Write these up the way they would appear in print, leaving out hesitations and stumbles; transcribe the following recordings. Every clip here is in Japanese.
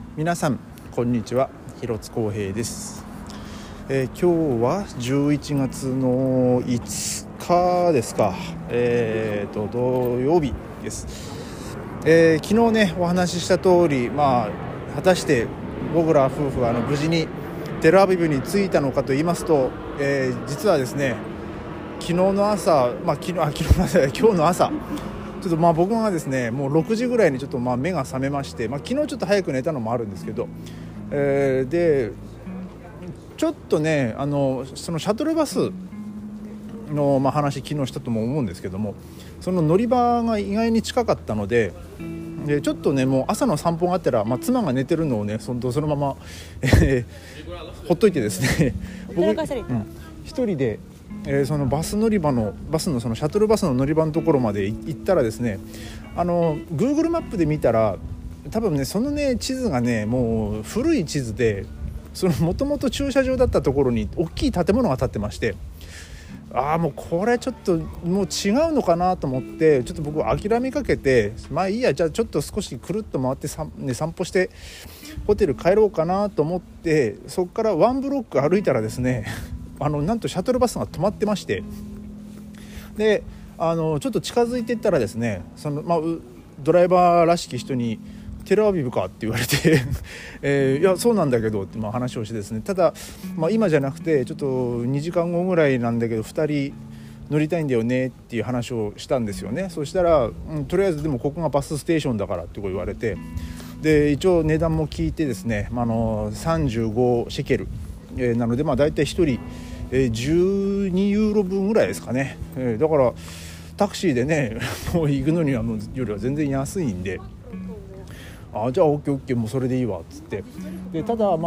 皆さんこんにちは、広津光平です。今日は11月の5日ですか、土曜日です。昨日ねお話しした通り、果たして僕ら夫婦は無事にテルアビブに着いたのかと言いますと、実はですね今日の朝ちょっと僕がですねもう6時ぐらいにちょっと目が覚めまして、昨日ちょっと早く寝たのもあるんですけど、でちょっとねそのシャトルバスの話昨日したとも思うんですけども、その乗り場が意外に近かったので、ちょっとねもう朝の散歩があったら、妻が寝てるのをねそのまま、ほっといてですね僕一人でそのバスのそのシャトルバスの乗り場のところまで行ったらですね、Google マップで見たら多分ねそのね地図がねもう古い地図で、そのもともと駐車場だったところに大きい建物が建ってまして、もうこれちょっともう違うのかなと思って、ちょっと僕諦めかけて、いいや、じゃあちょっと少しくるっと回って散歩してホテル帰ろうかなと思って、そこからワンブロック歩いたらですねなんとシャトルバスが止まってまして、でちょっと近づいていったらですね、ドライバーらしき人にテルアビブかって言われていやそうなんだけどって話をしてですね、ただ、今じゃなくてちょっと2時間後ぐらいなんだけど2人乗りたいんだよねっていう話をしたんですよね。そしたら、とりあえずでもここがバスステーションだからって言われて、で一応値段も聞いてですね、35シェケル、なのでだいたい1人12ユーロ分ぐらいですかね、だからタクシーでねもう行くのにはもうよりは全然安いんで、じゃあ OKOK もうそれでいいわっつって、でただカ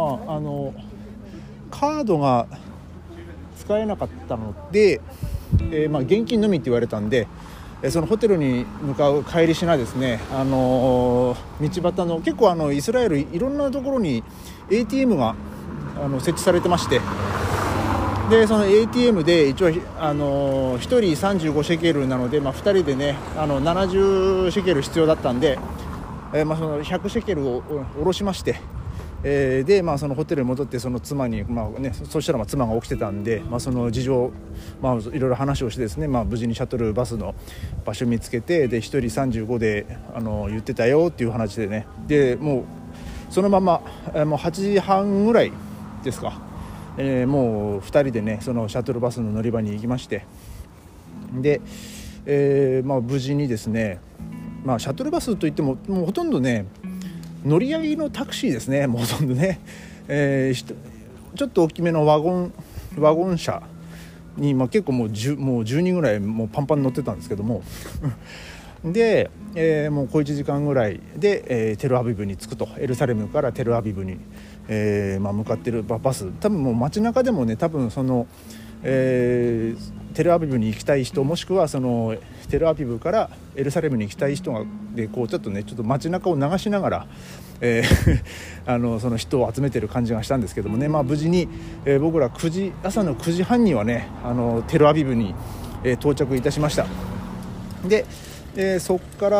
ードが使えなかったので、現金のみって言われたんで、そのホテルに向かう帰りしなですね、道端の結構イスラエルいろんなところに ATM が設置されてまして、でその ATM で一応1人35シェケルなので、2人でね70シェケル必要だったんで、その100シェケルを下ろしまして、でそのホテルに戻って、その妻に、そしたら妻が起きてたんで、その事情、いろいろ話をしてですね、無事にシャトルバスの場所見つけて、で1人35で言ってたよっていう話でね、でもうそのままもう8時半ぐらいですか、もう2人でねそのシャトルバスの乗り場に行きまして、で、無事にですね、シャトルバスといってももうほとんどね乗り合いのタクシーですね、もうほとんどね、ちょっと大きめのワゴン車に、結構もう10人ぐらいもうパンパンに乗ってたんですけどもで、もう小1時間ぐらいで、テルアビブに着くと、エルサレムからテルアビブに、向かってるバス、多分もう街中でもね多分その、テルアビブに行きたい人、もしくはそのテルアビブからエルサレムに行きたい人がでちょっと街中を流しながら、その人を集めてる感じがしたんですけどもね、無事に、僕ら朝の9時半にはねテルアビブに、到着いたしました。で、そこから、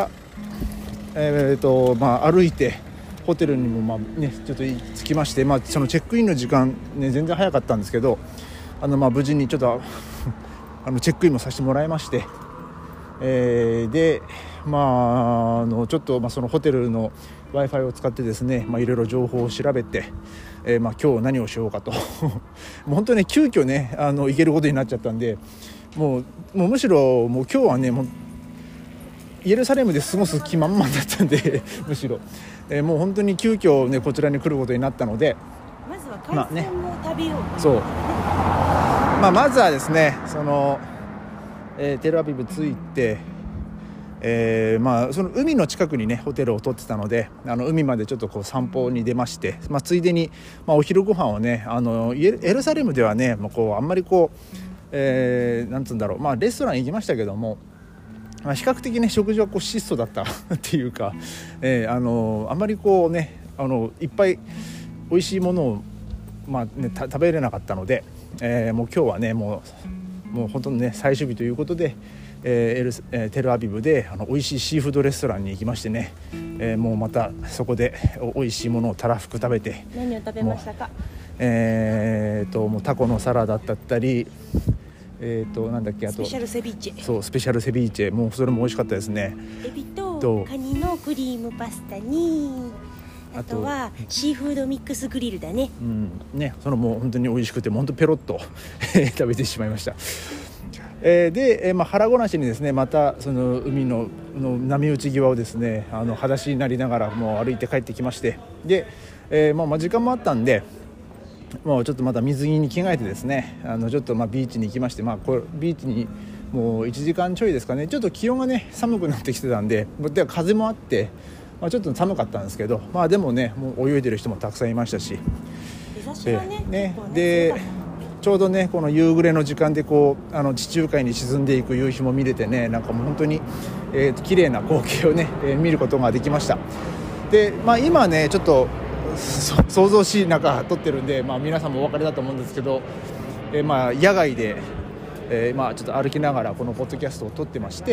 歩いてホテルにもちょっと着きまして、そのチェックインの時間、全然早かったんですけど、無事にちょっとチェックインもさせてもらいまして、でちょっとそのホテルの Wi-Fi を使ってですね、いろいろ情報を調べて、今日何をしようかともう本当にね急遽ね行けることになっちゃったんで、もうむしろもう今日はねもうエルサレムで過ごす気満々だったんでむしろ、もう本当に急遽ねこちらに来ることになったので、 まずは海鮮の旅を、 そうまずはですねその、テルアビブ着いて、その海の近くにねホテルを取ってたので、海までちょっとこう散歩に出まして、ついでに、お昼ご飯をねエルサレムではねあんまりなんつうんだろう、レストラン行きましたけども、比較的ね食事は質素だったっていうか、あんまりいっぱい美味しいものを、食べれなかったので、もう今日はねもう本当にね最終日ということで、 テルアビブで美味しいシーフードレストランに行きましてね、もうまたそこで美味しいものをたらふく食べて、 何を食べましたか？ もうタコのサラダだったり、なんだっけ、あとスペシャルセビーチェ。 そうスペシャルセビーチェ、もうそれも美味しかったですね。 エビとカニのクリームパスタに、あとはシーフードミックスグリルだね。 ね、そのもう本当に美味しくて、もう本当ペロッと食べてしまいました。で、腹ごなしにですね、またその海の波打ち際をですね、裸足になりながらもう歩いて帰ってきまして、で、時間もあったんで、もうちょっとまた水着に着替えてですね、ちょっとビーチに行きまして、ビーチにもう1時間ちょいですかね、ちょっと気温がね寒くなってきてたんで、で風もあって、ちょっと寒かったんですけど、でもね、もう泳いでる人もたくさんいましたし、 日差しはね、 でちょうどねこの夕暮れの時間でこう地中海に沈んでいく夕日も見れてね、なんかもう本当に、綺麗な光景をね、見ることができました。で、今ねちょっと想像しい中撮ってるんで、皆さんもお分かりだと思うんですけど、野外で、ちょっと歩きながらこのポッドキャストを撮ってまして、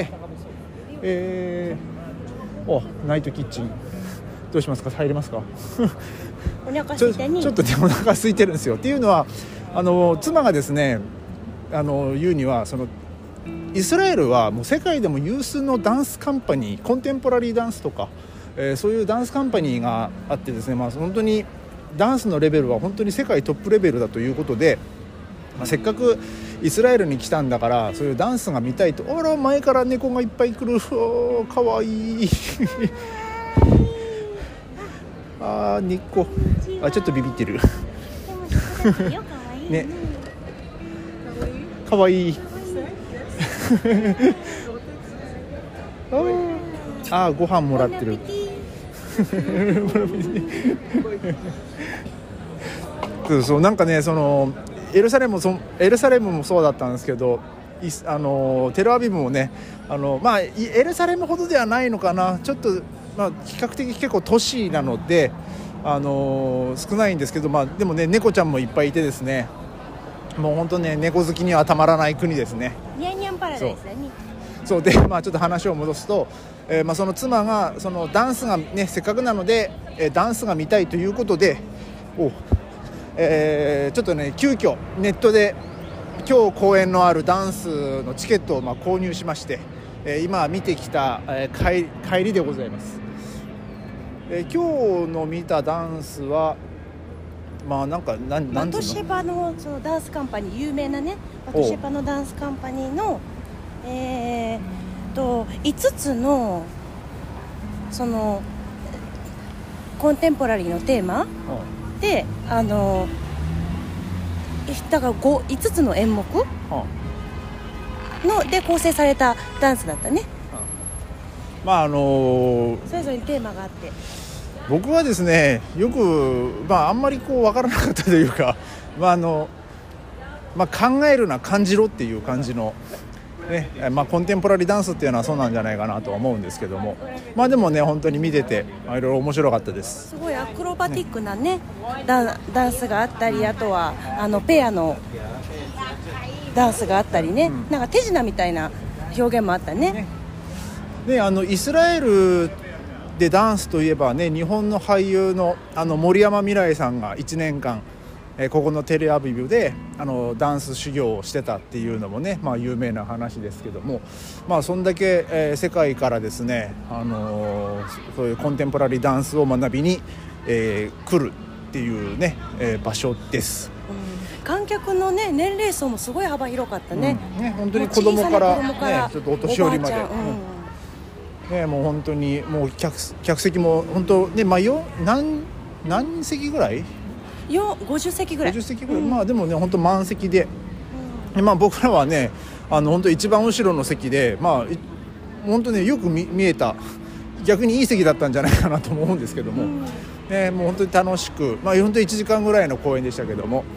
ナイトキッチンどうしますか、入れますか？ お腹空いたね。 ちょっとねお腹空いてるんですよ。っていうのは妻がですね言うには、そのイスラエルはもう世界でも有数のダンスカンパニー、コンテンポラリーダンスとか、そういうダンスカンパニーがあってですね、本当にダンスのレベルは本当に世界トップレベルだということで、せっかくイスラエルに来たんだからそういうダンスが見たいと。あら、前から猫がいっぱい来る、かわいい猫、ちょっとビビってるね、かわいいご飯もらってるそうなんかね、そのエルサレムもそうだったんですけど、テルアビブもね、エルサレムほどではないのかな、ちょっと、比較的結構都市なので、少ないんですけど、でもね猫ちゃんもいっぱいいてですね、もう本当ね猫好きにはたまらない国ですね。 ニャンニャンパラダイスだね。 そうで、ちょっと話を戻すと、その妻がそのダンスがねせっかくなので、ダンスが見たいということで、ちょっとね急遽ネットで今日公演のあるダンスのチケットを購入しまして、今見てきた、帰りでございます。今日の見たダンスはなんかなんバトシェパのそのダンスカンパニー、有名なねバトシェパのダンスカンパニーの5つのそのコンテンポラリーのテーマで、だから5つの演目ので構成されたダンスだったね。それぞれにテーマがあって、 僕はですねよく、あんまり分からなかったというか、考えるな感じろっていう感じの、ね、コンテンポラリーダンスっていうのはそうなんじゃないかなとは思うんですけども、でもね本当に見てていろいろ面白かったです。 すごいアクロバティックなねダンスがあったり、あとはペアのダンスがあったりね、なんか手品みたいな表現もあったね。 でイスラエルでダンスといえばね、日本の俳優の森山未來さんが1年間、ここのテレアビブでダンス修行をしてたっていうのもね、有名な話ですけども、そんだけ、世界からですね、そういうコンテンポラリーダンスを学びに、来るっていうね、場所です。 観客のね年齢層もすごい幅広かったね。 本当に子供から、ちょっとお年寄りまで。もう本当にもう客席も本当ね、何席ぐらい 50席ぐらい、 50席ぐらい、でもね本当満席で、僕らはね本当一番後ろの席で、本当ねよく見えた、逆にいい席だったんじゃないかなと思うんですけども、もう本当に楽しく、本当1時間ぐらいの公演でしたけども、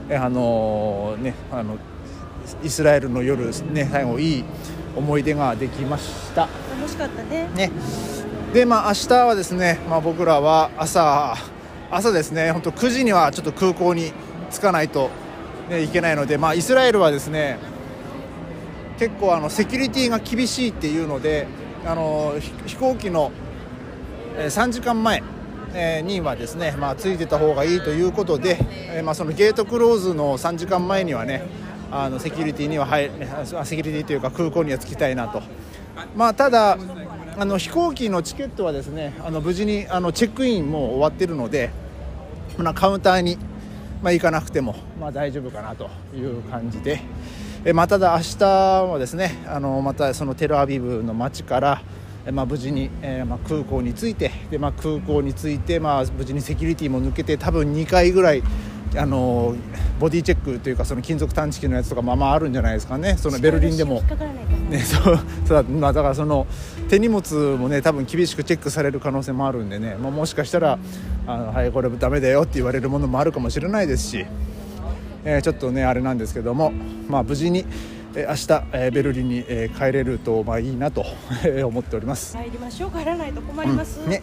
イスラエルの夜ね、最後いい思い出ができました。 楽しかったね。 で明日はですね、僕らは朝ですね、本当9時にはちょっと空港に着かないと、いけないので、イスラエルはですね結構セキュリティが厳しいっていうので飛行機の3時間前にはですね、ついてた方がいいということで、そのゲートクローズの3時間前にはねセキュリティにはセキュリティというか空港には着きたいなと。ただ飛行機のチケットはですね無事にチェックインも終わってるので、カウンターに、行かなくても、大丈夫かなという感じで、ただ明日はですねまたそのテルアビブの街から、無事に、空港に着いてで、空港に着いて、無事にセキュリティも抜けて多分2回ぐらいボディチェックというかその金属探知機のやつとかあるんじゃないですかね。そのベルリンでもね、だからその手荷物もね多分厳しくチェックされる可能性もあるんでね、もしかしたらはいこれダメだよって言われるものもあるかもしれないですし、ちょっとねあれなんですけども、無事に明日ベルリンに帰れるといいなと思っております。 帰りましょう。帰らないと困ります、 ね。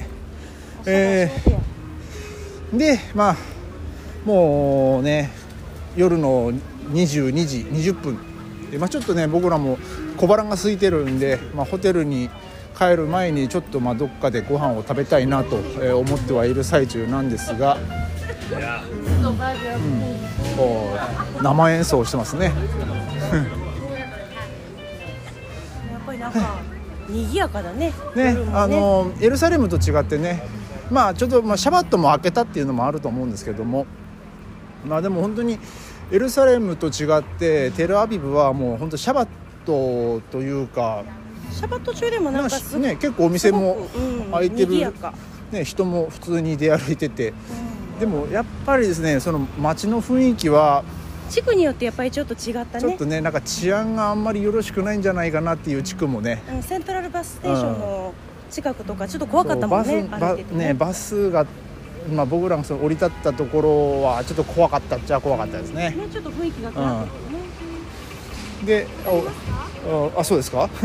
でもうね夜の22時20分で、ちょっとね僕らも小腹が空いてるんで、ホテルに帰る前にちょっとどっかでご飯を食べたいなと思ってはいる最中なんですが、生演奏してますね。やっぱりなんか賑やかだね。 エルサレムと違ってね、ちょっとシャバットも明けたっていうのもあると思うんですけども、でも本当にエルサレムと違ってテルアビブはもう本当シャバットというか、 シャバット中でもなんかね、結構お店も開いてる、 ね、 人も普通に出歩いてて、でもやっぱりですねその街の雰囲気は地区によってやっぱりちょっと違ったね。 ちょっとねなんか治安があんまりよろしくないんじゃないかなっていう地区もね、 セントラルバスステーションの近くとかちょっと怖かったもんね。 バスが僕らが降り立ったところはちょっと怖かったっちゃ怖かったですね。 ちょっと雰囲気が変わってで、そうですか。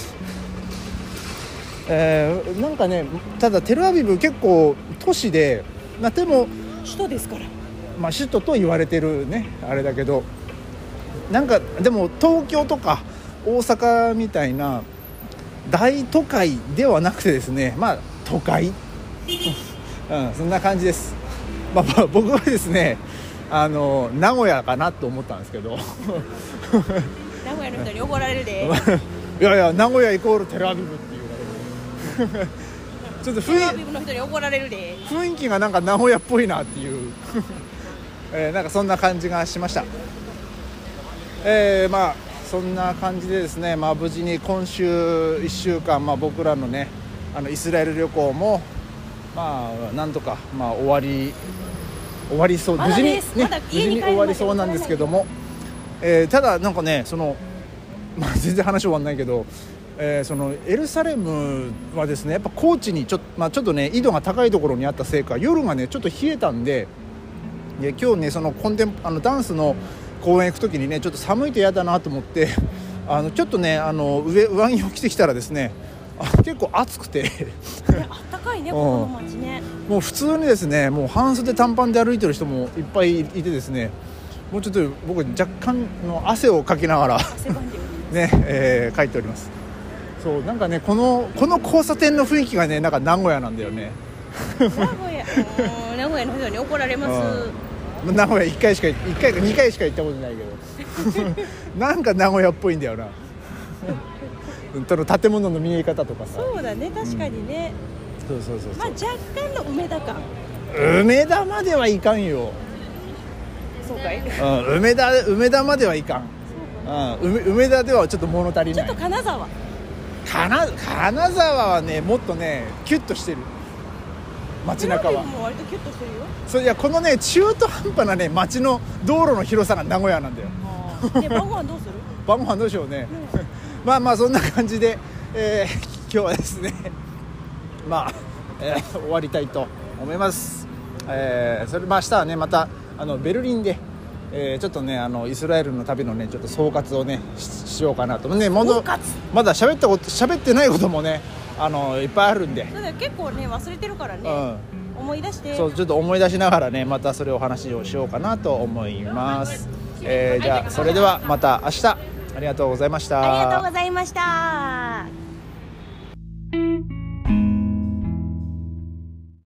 なんかねただテルアビブ結構都市ででも首都ですから、 首都と言われてるねあれだけど、なんかでも東京とか大阪みたいな大都会ではなくてですね都会そんな感じです。僕はですね名古屋かなと思ったんですけど名古屋の人に怒られるでいや名古屋イコールテルアビブって言われるちょっとテルアビブの人に怒られるで雰囲気がなんか名古屋っぽいなっていうなんかそんな感じがしました。そんな感じでですね、無事に今週1週間、僕らのねイスラエル旅行もなんとか終わりそう、無事に終わりそうなんですけども、ただなんかね全然話終わんないけど、そのエルサレムはですねやっぱ高地にちょっとね緯度が高いところにあったせいか夜がねちょっと冷えたんで、今日ねそのダンスの公園行く時にねちょっと寒いと嫌だなと思ってちょっとね上着を着てきたらですね結構暑くてあったかいねここの街ね。 もう普通にですねもう半袖短パンで歩いてる人もいっぱいいてですね、もうちょっと僕若干の汗をかきながらね、帰っております。そうなんかねこの交差点の雰囲気がねなんか名古屋なんだよね。 名古屋の人に怒られます。 名古屋1回か2回しか行ったことないけどなんか名古屋っぽいんだよなその建物の見え方とかさ。 そうだね確かにね、 そう若干の梅田か。 梅田まではいかんよ。 そうかい、 梅田まではいかん。梅田ではちょっと物足りない。 ちょっと金沢はねもっとねキュッとしてる街中は。 もう割とキュッとしてるよ。 いやこのね中途半端なね街の道路の広さが名古屋なんだよ。 晩ご飯どうする？ 晩ご飯どうしようね。そんな感じで、今日はですね終わりたいと思います。それ明日はねまたベルリンで、ちょっとねイスラエルの旅のねちょっと総括をね しようかなとね。まだ喋ってないこともねいっぱいあるんで。 結構ね忘れてるからね、思い出してちょっと思い出しながらねまたそれを話をしようかなと思います。じゃあそれではまた明日、 ありがとうございました。 ありがとうございました。